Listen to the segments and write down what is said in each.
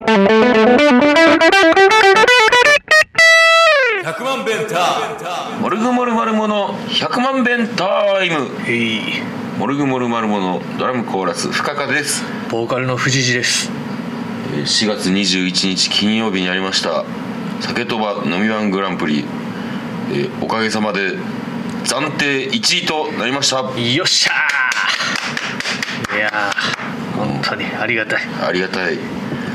100万弁タイム。モルグモルマルモの100万弁タイム。モルグモルマルモのドラムコーラス深川です。 ボーカルの藤次です。 4月21日金曜日にありました酒とば飲みワングランプリ、おかげさまで暫定1位となりました。 よっしゃー。いやー本当にありがたい。 ありがたい。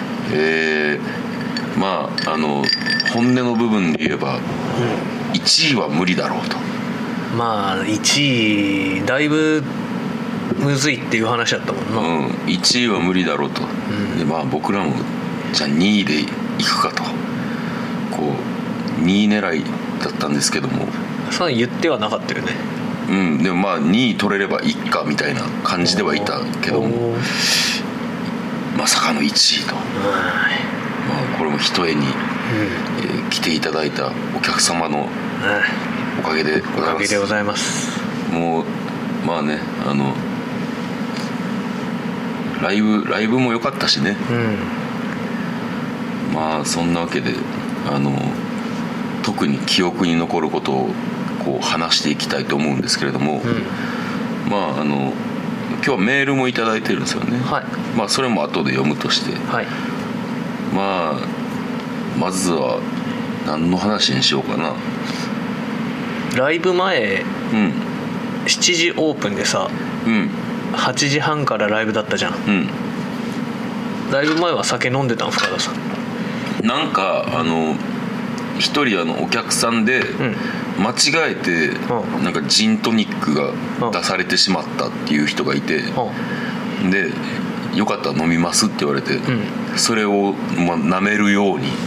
まあ本音の部分で言えば、1位は無理だろうと。 まあ1位だいぶむずいっていう話だったもんな。 1位は無理だろうと、でまあ僕らもじゃあ2位でいくかと、こう2位狙いだったんですけども、 そう言ってはなかったよね。 でもまあ2位取れればいいかみたいな感じではいたけども、まさかの1位と、これもひとえに、来ていただいたお客様のおかげでございます。 おかげでございます。 もうまあね、ライブも良かったしね、まあそんなわけで特に記憶に残ることをこう話していきたいと思うんですけれども、まあ今日はメールもいただいてるんですよね。まあそれも後で読むとして、まあまずは何の話にしようかな。 ライブ前、7時オープンでさ、8時半からライブだったじゃん。ライブ前は酒飲んでたん深田さん。 なんか一人お客さんで間違えて、なんかジントニックが出されてしまったっていう人がいて、でよかったら飲みますって言われて、それを舐めるように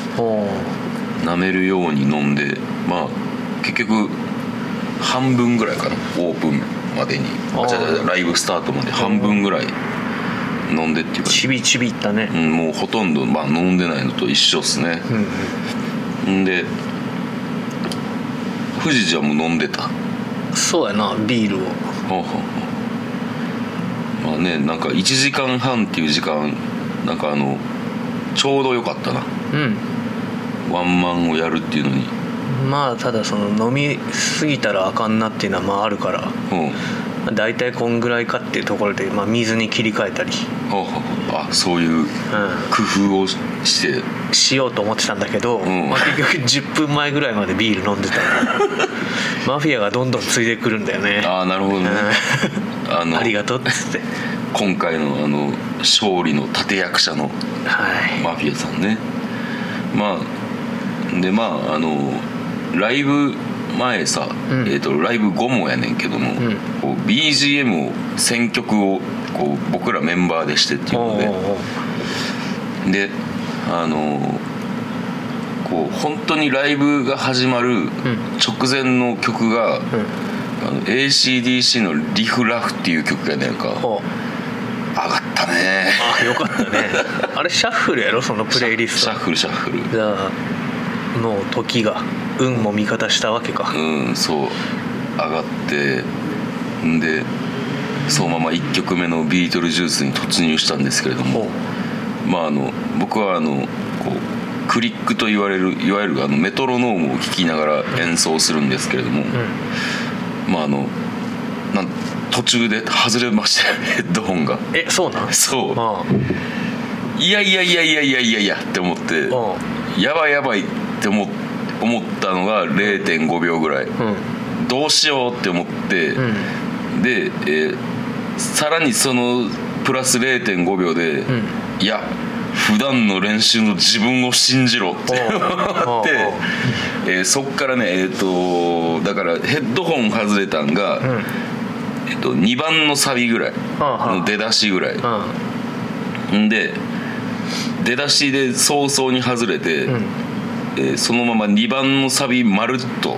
飲んで、まあ結局半分ぐらいかな、オープンまでにライブスタートまで半分ぐらい飲んでっていうか、 ちびちびいったね。 もうほとんど、飲んでないのと一緒っすね。で藤次はもう飲んでた。 そうやな、ビールを。 まあね、なんか1時間半っていう時間、なんかちょうどよかったな。ワンマンをやるっていうのに。 まあただその飲みすぎたらあかんなっていうのはまああるから、だいたいこんぐらいかっていうところで、水に切り替えたり、 そういう工夫をしようと思ってたんだけど、結局10分前ぐらいまでビール飲んでたマフィアがどんどんついでくるんだよね。 なるほどね。 ありがとうっつって、 今回の勝利の立役者のマフィアさんね。ライブ前さ、ライブ後もやねんけども、こう BGM を選曲をこう僕らメンバーでしてっていうので、こう本当にライブが始まる直前の曲が、ACDC のリフラフっていう曲やねんか。上がったね。 よかったね。あれシャッフルやろ、そのプレイリスト。 シャッフルじゃあの時が運も味方したわけか。 そう上がって、でそのまま1曲目のビートルジュースに突入したんですけれども、僕はこうクリックといわゆるメトロノームを聴きながら演奏するんですけれども、途中で外れましたよ、ヘッドホンが。 そうなん？ そう。いやって思って、やばいって思ったのが 0.5 秒ぐらい、どうしようって思って、で、さらにそのプラス 0.5 秒で、いや普段の練習の自分を信じろって思って、そっからね、だからヘッドホン外れたんが、2番のサビぐらいの出だしぐらい、で出だしで早々に外れて、そのまま2番のサビまるっと、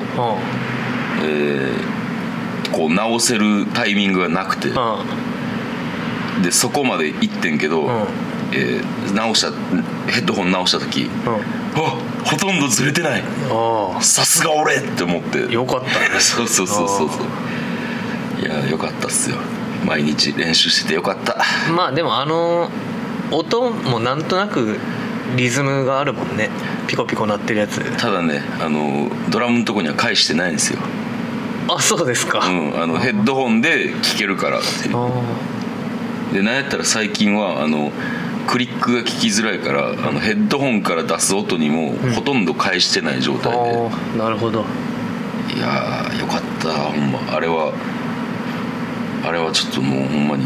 こう直せるタイミングがなくて、でそこまで行ってんけど、ヘッドホン直した時、ほとんどずれてない、さすが俺って思って。 よかったね。 そういやよかったっすよ。毎日練習しててよかった。 でも音もなんとなくリズムがあるもんね、ピコピコ鳴ってるやつ。 ただねドラムのとこには返してないんですよ。 あ、そうですか。 ヘッドホンで聴けるからっていう。でなんやったら最近はクリックが聞きづらいから、ヘッドホンから出す音にもほとんど返してない状態で、 なるほど。 いやーよかったほんま。あれはちょっともうほんまに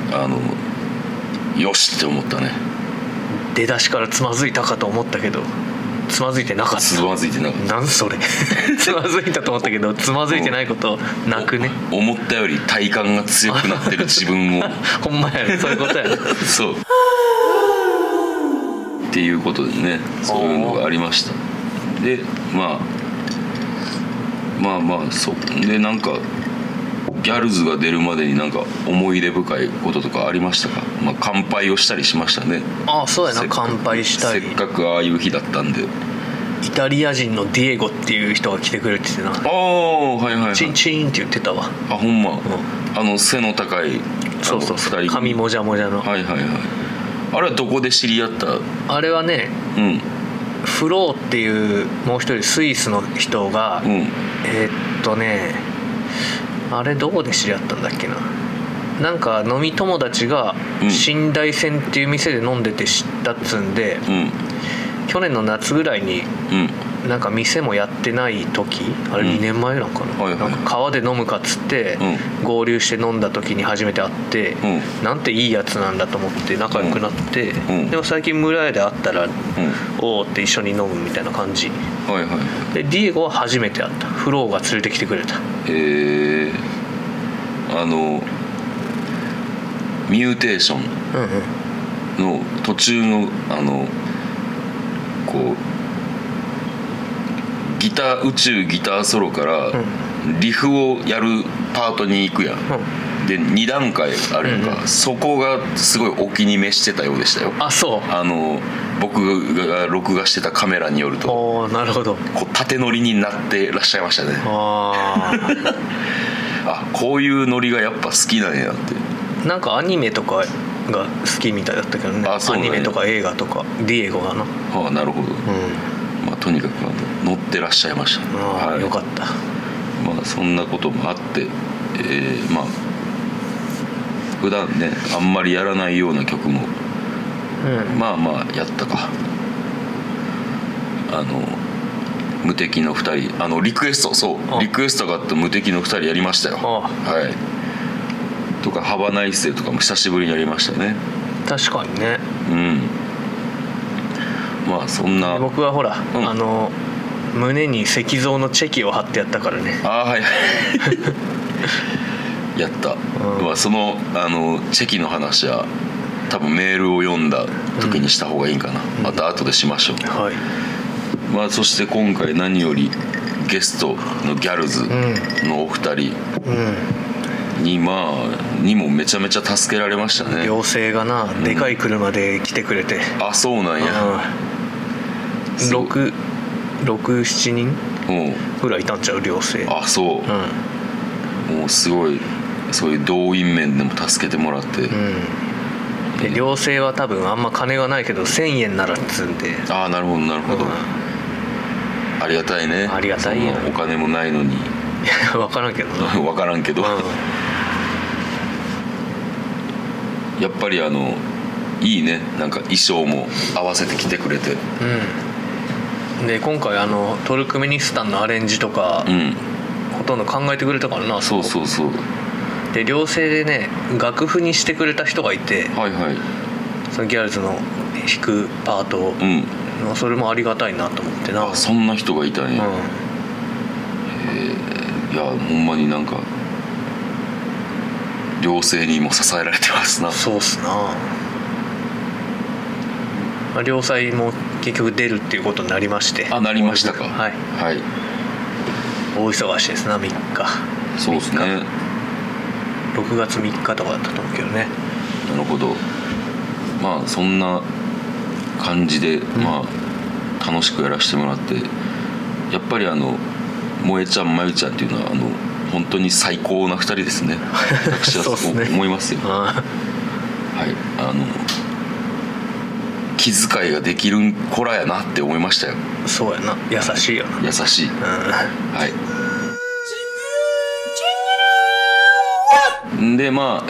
よしって思ったね。 出だしからつまずいたかと思ったけどつまずいてなかった。 つまずいてなかった。 なんそれつまずいたと思ったけどつまずいてないことなくね。 思ったより体幹が強くなってる自分をほんまやね、そういうことやねそうっていうことでね、そういうのがありました。でまあそうで、なんかギャルズが出るまでになんか思い出深いこととかありましたか？乾杯をしたりしましたね。 ああ、そうやな、乾杯したり。 せっかくああいう日だったんで。 イタリア人のディエゴっていう人が来てくれててな。 ああ、はいはいはい。 チンチンって言ってたわ。 あ、ほんま、背の高いそう 2人髪もじゃもじゃの。 はいはいはい。あれはどこで知り合った？ あれはね、フローっていうもう一人スイスの人が、あれどこで知り合ったんだっけな。なんか飲み友達が新大仙っていう店で飲んでて知ったっつんで、去年の夏ぐらいになんか店もやってない時、あれ2年前なんかな、なんか川で飲むかっつって合流して飲んだ時に初めて会って、なんていいやつなんだと思って仲良くなって、でも最近村屋で会ったらおーって一緒に飲むみたいな感じで、ディエゴは初めて会った。フローが連れてきてくれた。 ミューテーションの途中のこう宇宙ギターソロからリフをやるパートに行くやん、で2段階あるのか、そこがすごいお気に召してたようでしたよ。 あ、そう。 僕が録画してたカメラによると。 なるほど。 こう縦乗りになってらっしゃいましたね。こういうノリがやっぱ好きなんやって。 なんかアニメとかが好きみたいだったけどね。アニメとか映画とかディエゴがな。 なるほど。とにかく乗ってらっしゃいました。 よかった。 そんなこともあって、普段ねあんまりやらないような曲も、やったか。無敵の2人リクエストリクエストがあった無敵の2人やりましたよ。とかハバナイスデーとかも久しぶりにやりましたね。 確かにね。 そんな。 僕はほら、胸に石像のチェキを貼ってやったからね。 やった、そのチェキの話は多分メールを読んだ時にした方がいいかな、また後でしましょう。そして今回何よりゲストのギャルズのお二人にもめちゃめちゃ助けられましたね。 妖精がな、でかい車で来てくれて。 そうなんや。 6-7人ぐらいいたんちゃう、妖精。 そう、もうすごいそういう動員面でも助けてもらって、 で妖精は多分あんま金がないけど1000円ならっつんで。 なるほどなるほど、ありがたいね。 ありがたいやん。 お金もないのに分からんけどな分からんけど、やっぱりいいね、なんか衣装も合わせてきてくれて。 で今回トルクメニスタンのアレンジとか、ほとんど考えてくれたからな。 そうで寮生でね楽譜にしてくれた人がいて、そのギャルズの弾くパートを、それもありがたいなと思ってな。 そんな人がいたんや。いやほんまになんか寮生にも支えられてますな。 そうっすな。寮祭も結局出るっていうことになりまして。 なりましたか。 大忙しですな、3日。 そうですね。 6月3日とかだったと思うけどね。 なるほど。そんな感じで、楽しくやらせてもらって、やっぱり萌えちゃんまゆちゃんっていうのは本当に最高な2人ですね。私はそう思いますよ。 気遣いができる子らやなって思いましたよ。 そうやな、優しいよな。 優しい、はい。でまあ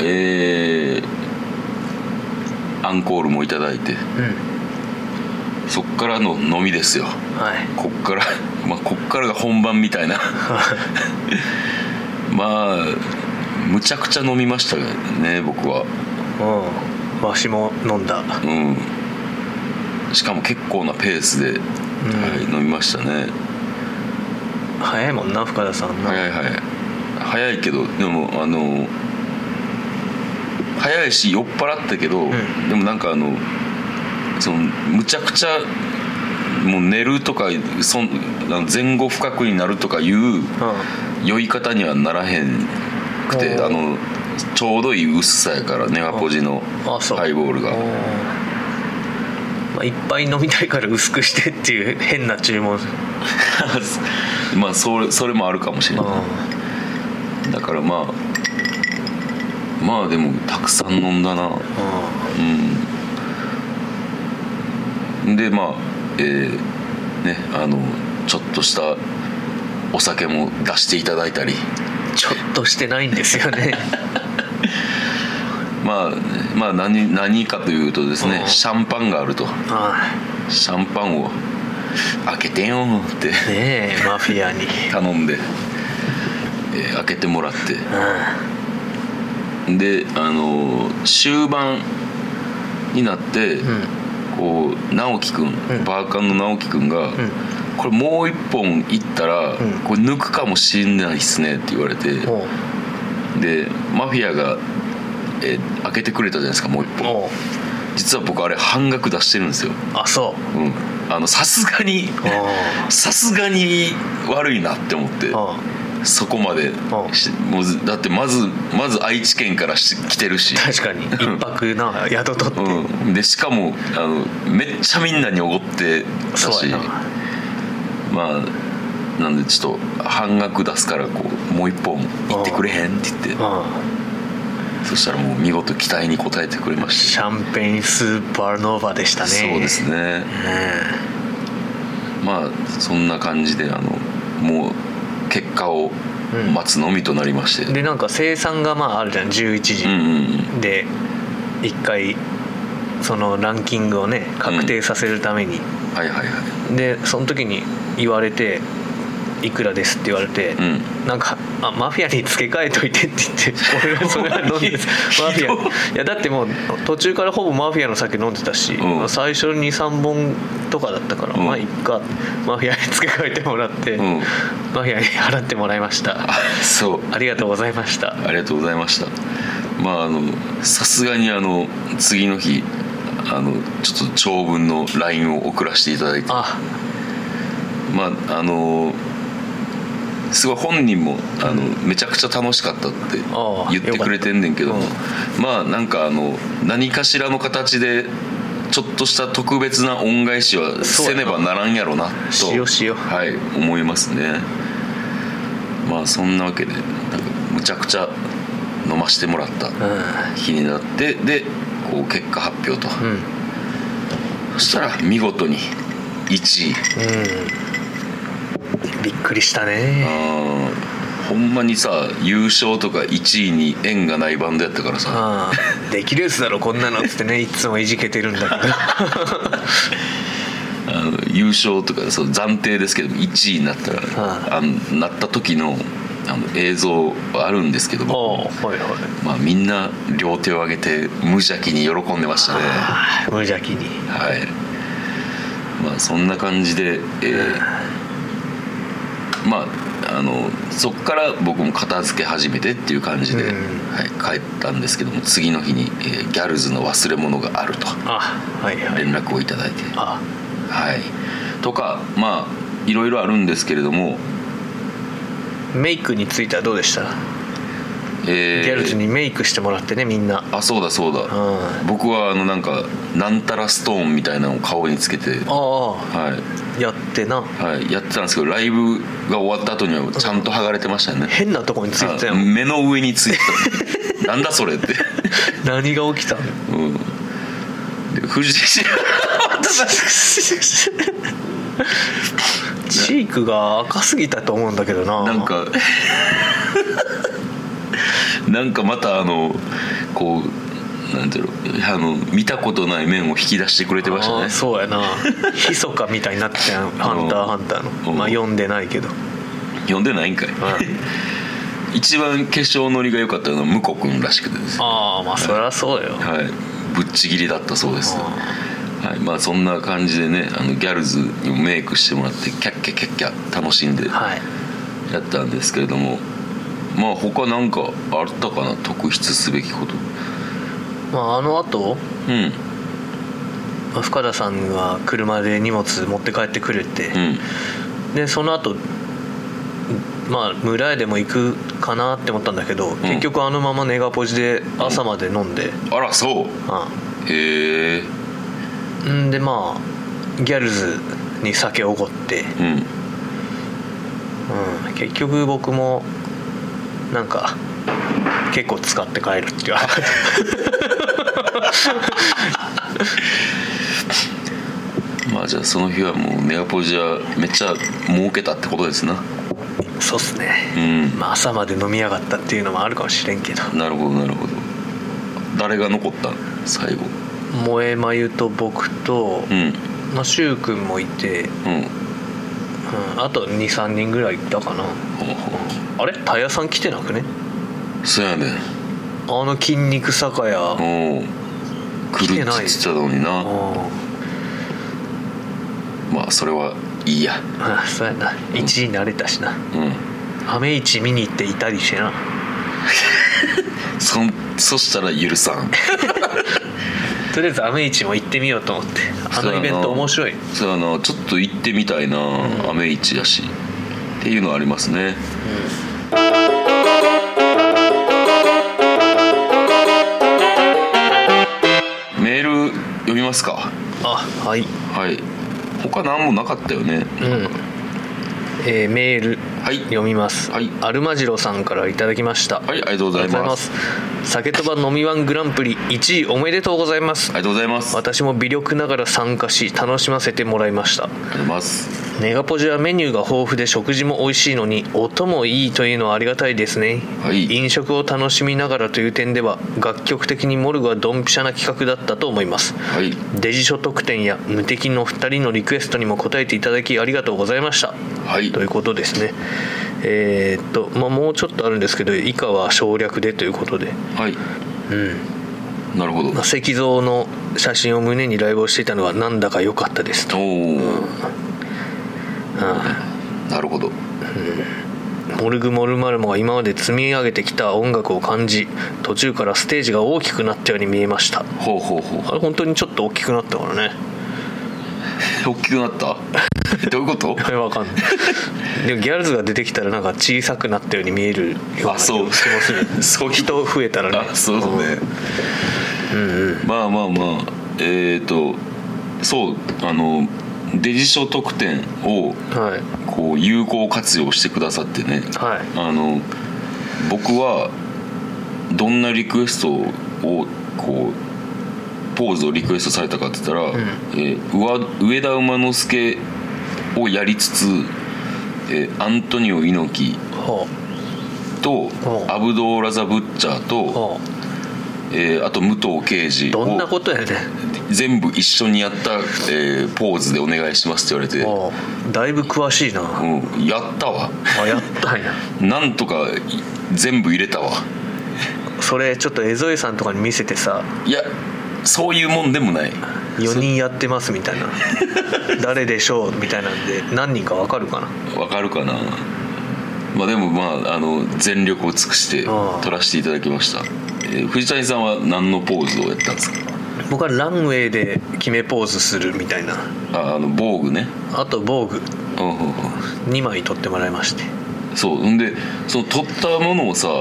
アンコールもいただいて、そっからの飲みですよ、こっからが本番みたいなまあむちゃくちゃ飲みましたね僕は。 わしも飲んだ。 しかも結構なペースで、飲みましたね。 早いもんな深田さんな。 早いけどでも早いし酔っ払ったけど、でもなんかそのむちゃくちゃもう寝るとか前後不覚になるとかいう酔い方にはならへんくて、ちょうどいい薄さやからネガポジのハイボールが。 いっぱい飲みたいから薄くしてっていう変な注文まあそれもあるかもしれない。だからまあでもたくさん飲んだな。でまあねちょっとしたお酒も出していただいたり。 ちょっとしてないんですよねまあ何かというとですね、シャンパンがあると。シャンパンを開けてよってねえマフィアに頼んで、開けてもらって、で終盤になって、こう直樹くん、バーカンの直樹くんが、これもう一本いったら、これ抜くかもしれないっすねって言われて、でマフィアが、開けてくれたじゃないですかもう一本。実は僕あれ半額出してるんですよ。 あ、そう。 さすがに悪いなって思って、そこまでもうだってまず愛知県から来てるし。 確かに一泊な宿取って、 でしかもめっちゃみんなにおごってたし、まあなんでちょっと半額出すからこうもう一本行ってくれへんって言って、そしたらもう見事期待に応えてくれました。 シャンペーンスーパーノーバでしたね。 そうですね、まあそんな感じでもう結果を待つのみとなりまして、 でなんか生産がまああるじゃん11時、で1回そのランキングをね確定させるために、でその時に言われていくらですって言われて、なんかマフィアに付け替えといてって言って俺はそれは飲んでマフィアいやだってもう途中からほぼマフィアの酒飲んでたし、最初 2,3 本とかだったから、まあいっかマフィアに付け替えてもらって、マフィアに払ってもらいました。 そう、 ありがとうございました。 ありがとうございました。まあさすがに次の日ちょっと長文の LINE を送らせていただいて、まあすごい本人もめちゃくちゃ楽しかったって言ってくれてんねんけども、まあなんか何かしらの形でちょっとした特別な恩返しはせねばならんやろなとはい、思いますね。まあそんなわけでなんかむちゃくちゃ飲ましてもらった日になって、でこう結果発表と、そしたら見事に1位、 びっくりしたね。 ほんまにさ優勝とか1位に縁がないバンドやったからさ、 できるやつだろこんなのっつってねいつもいじけてるんだけど優勝とかそう暫定ですけど1位になったら、なった時の映像あるんですけども、まあ、みんな両手を上げて無邪気に喜んでましたね。 無邪気に、 まあそんな感じで、まあそっから僕も片付け始めてっていう感じで、帰ったんですけども、次の日に、ギャルズの忘れ物があると連絡をいただいて、とかまあいろいろあるんですけれども、 メイクについてはどうでした？ギャルズにメイクしてもらってねみんな。 そうだ、僕はなんかなんたらストーンみたいなのを顔につけて、 やってな、 やってたんですけど、ライブが終わった後にはちゃんと剥がれてましたね。 変なとこについてたよ。 目の上についてたなんだそれって何が起きたの？ で藤島チークが赤すぎたと思うんだけどな。 なんかまたこうなんていうの見たことない面を引き出してくれてましたね。 そうやな。ひそかみたいになってたよハンターハンターの。まあ読んでないけど。 読んでないんかい。一番化粧のりが良かったのは向こくんらしくてですね。 まあそりゃそうよ。 はい、ぶっちぎりだったそうです。はい、まあそんな感じでねギャルズにもメイクしてもらってキャッキャキャッキャ楽しんでやったんですけれども、まあ他なんかあったかな、特筆すべきこと。 まあ後、深田さんが車で荷物持って帰ってくれて、でその後まあ村へでも行くかなって思ったんだけど、結局あのままネガポジで朝まで飲んで、 あらそう、へえ。 でまあギャルズに酒おごって、結局僕もなんか結構使って帰るっていうまあじゃあその日はもうネガポジはめっちゃ儲けたってことですな。 そうっすね、まあ朝まで飲みやがったっていうのもあるかもしれんけど。 なるほどなるほど。誰が残ったん最後。 萌えまゆと僕と、まあ柊君もいて、あと 2,3 人ぐらいいたかな。あれタヤさん来てなくね。 そうやね。 筋肉酒屋来てない。来てたのにな。まあそれはいいや。 そうやな、1位になれたしな。アメ市見に行っていたりしてな。 そしたら許さん。 とりあえずアメ市も行ってみようと思って。イベント面白い。 そうやな、ちょっと行ってみたいな、アメ市やしっていうのありますね。メール読みますか。 はい、 他何もなかったよね。 メール、読みます。アルマジロさんからいただきました。 ありがとうございます。 酒とば飲みワングランプリ1位おめでとうございます。 ありがとうございます。 私も微力ながら参加し楽しませてもらいました。 ありがとうございます。 ネガポジはメニューが豊富で食事も美味しいのに音もいいというのはありがたいですね。飲食を楽しみながらという点では楽曲的にモルグはドンピシャな企画だったと思います。デジ書特典や無敵の2人のリクエストにも答えていただきありがとうございました、ということですね。もうちょっとあるんですけど以下は省略でということで、なるほど。石像の写真を胸にライブをしていたのはなんだか良かったですと。 なるほど。 モルグモルマルモが今まで積み上げてきた音楽を感じ、途中からステージが大きくなったように見えました。あれ本当にちょっと大きくなったからね。 大きくなった？どういうこと？ 分かんない。でもギャルズが出てきたらなんか小さくなったように見えるような気もする。そう人増えたらね。 そうだね。まあそうデジ書特典をこう有効活用してくださってね、僕はどんなリクエストをこうポーズをリクエストされたかって言ったら、上田馬之助をやりつつ、アントニオ猪木とアブドーラザ・ブッチャーと、あと武藤敬司をどんなことやね全部一緒にやった、ポーズでお願いしますって言われて、 だいぶ詳しいな。 やったわ。 やったんや。 なんとか全部入れたわ。 それちょっと江添さんとかに見せてさ。 いやそういうもんでもない。 4人やってますみたいな。誰でしょうみたいなんで何人か分かるかな。 分かるかな。でも全力を尽くして撮らせていただきました。藤谷さんは何のポーズをやったんですか？ 僕はランウェイで決めポーズするみたいな。 防具ね。 あと防具2枚撮ってもらいまして。 そうんでその撮ったものをさ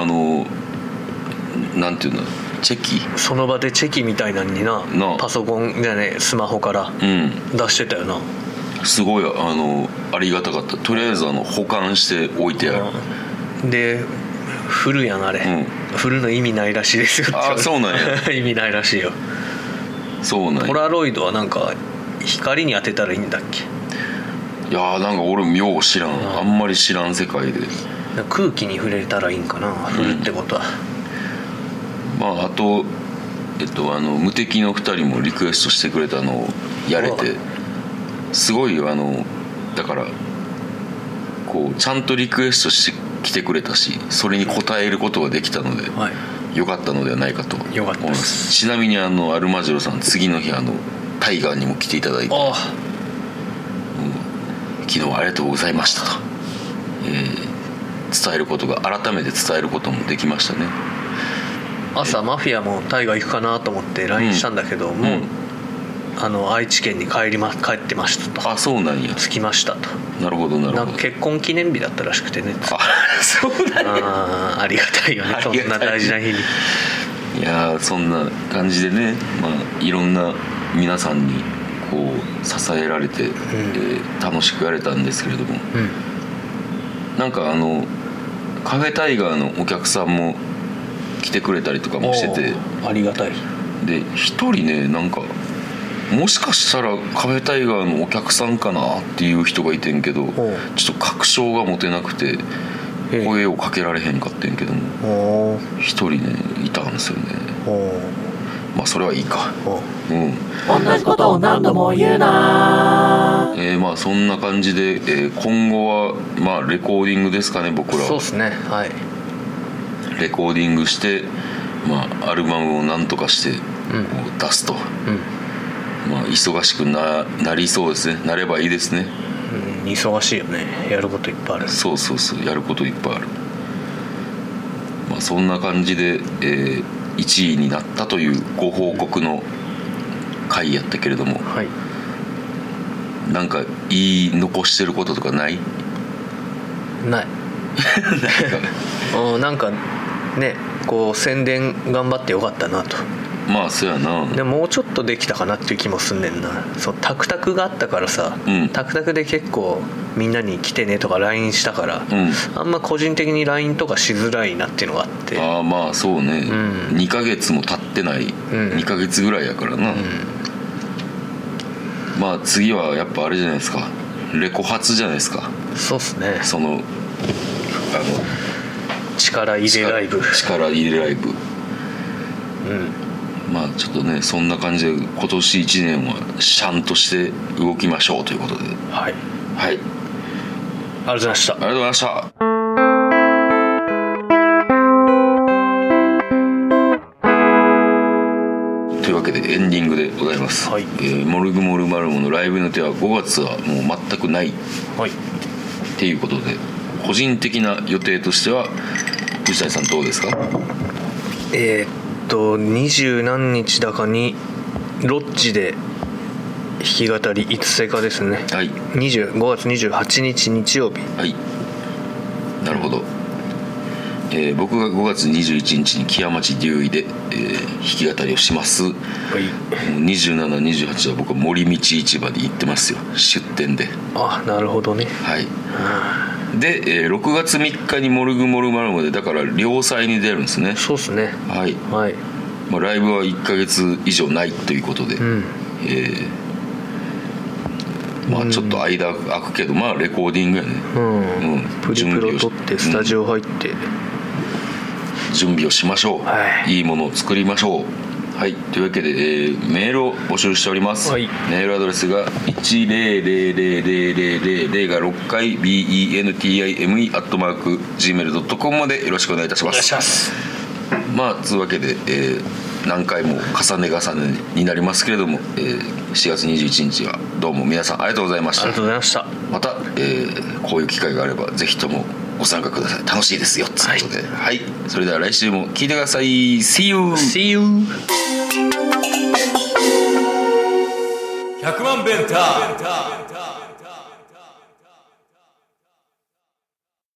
なんていうのチェキその場でチェキみたいなのになパソコンじゃねスマホから出してたよな。 すごいありがたかった。とりあえず保管しておいてやる。 で振るやんあれ、振るの意味ないらしいですよって。 そうなんや。 意味ないらしいよ。 そうなんや。 ポラロイドはなんか光に当てたらいいんだっけ？ いやなんか俺妙知らん、あんまり知らん世界で。 空気に触れたらいいんかな、振るってことは。 まああと無敵の2人もリクエストしてくれたのをやれて、すごいだからこうちゃんとリクエストしてきてくれたし、それに応えることができたので、良かったのではないかと思います。ちなみにアルマジロさん、次の日タイガーにも来ていただいて、昨日はありがとうございましたと、伝えることが、改めて伝えることもできましたね。 朝マフィアもタイガー行くかなと思って LINE したんだけど、もう愛知県に帰ってましたと。 あ、そうなんや。 着きましたと。 なるほどなるほど。 なんか結婚記念日だったらしくてね。 そうなんや。 ありがたいよね、そんな大事な日に。 いやそんな感じでね、いろんな皆さんにこう支えられて、楽しくやれたんですけれども、なんかカフェタイガーのお客さんも来てくれたりとかもしてて、 ありがたい。 で一人ね、なんかもしかしたらカフェタイガーのお客さんかなっていう人がいてんけど、ちょっと確証が持てなくて声をかけられへんかってんけども、一人ねいたんですよね。まあそれはいいか。 同じことを何度も言うな。 まあそんな感じで、今後はまあレコーディングですかね、僕らは。 そうですね、はい。 レコーディングして、アルバムをなんとかしてこう出すと、忙しく なりそうですね。なればいいですね。 忙しいよね、やることいっぱいある。 そうやることいっぱいある。そんな感じで、1位になったというご報告の回やったけれども、なんか言い残してることとかない？ ないなんかね、こう宣伝頑張ってよかったなと。 まあそうやな。 でももうちょっとできたかなっていう気もすんねんな。そうタクタクがあったからさ、タクタクで結構みんなに来てねとか LINE したから、あんま個人的に LINE とかしづらいなっていうのがあって。 まあそうね、2ヶ月も経ってない、2ヶ月ぐらいやからな。まあ次はやっぱあれじゃないですか、レコ発じゃないですか。 そうっすね。 その力入れライブ。 まあちょっとね、そんな感じで今年1年はシャンとして動きましょうということで、 はい、 ありがとうございました。 ありがとうございました。というわけでエンディングでございます。モルグモルマルモのライブの予定は5月はもう全くないっていうことで、個人的な予定としては藤谷さんどうですか ？20何日だかにロッジで弾き語りいつせかですね。5月28日日曜日。 なるほど。僕が5月21日に木屋町デューイで、弾き語りをします。27、28は僕は森道市場で行ってますよ、出店で。 なるほどね。 で、6月3日にモルグモルマルモで、だから両祭に出るんですね。 そうですね。 ライブは1ヶ月以上ないということで、ちょっと間空くけど、レコーディングやね。 プリプロ撮ってスタジオ入って、 準備をしましょう。いいものを作りましょう。というわけで、メールを募集しております。メールアドレスが1000000が6回 bentime@gmail.com までよろしくお願いいたします。というわけで、何回も重ねになりますけれども、4月21日はどうも皆さんありがとうございました。 ありがとうございました。 また、こういう機会があればぜひともご参加ください。楽しいですよということで、それでは来週も聞いてください。 See you 100万ベンター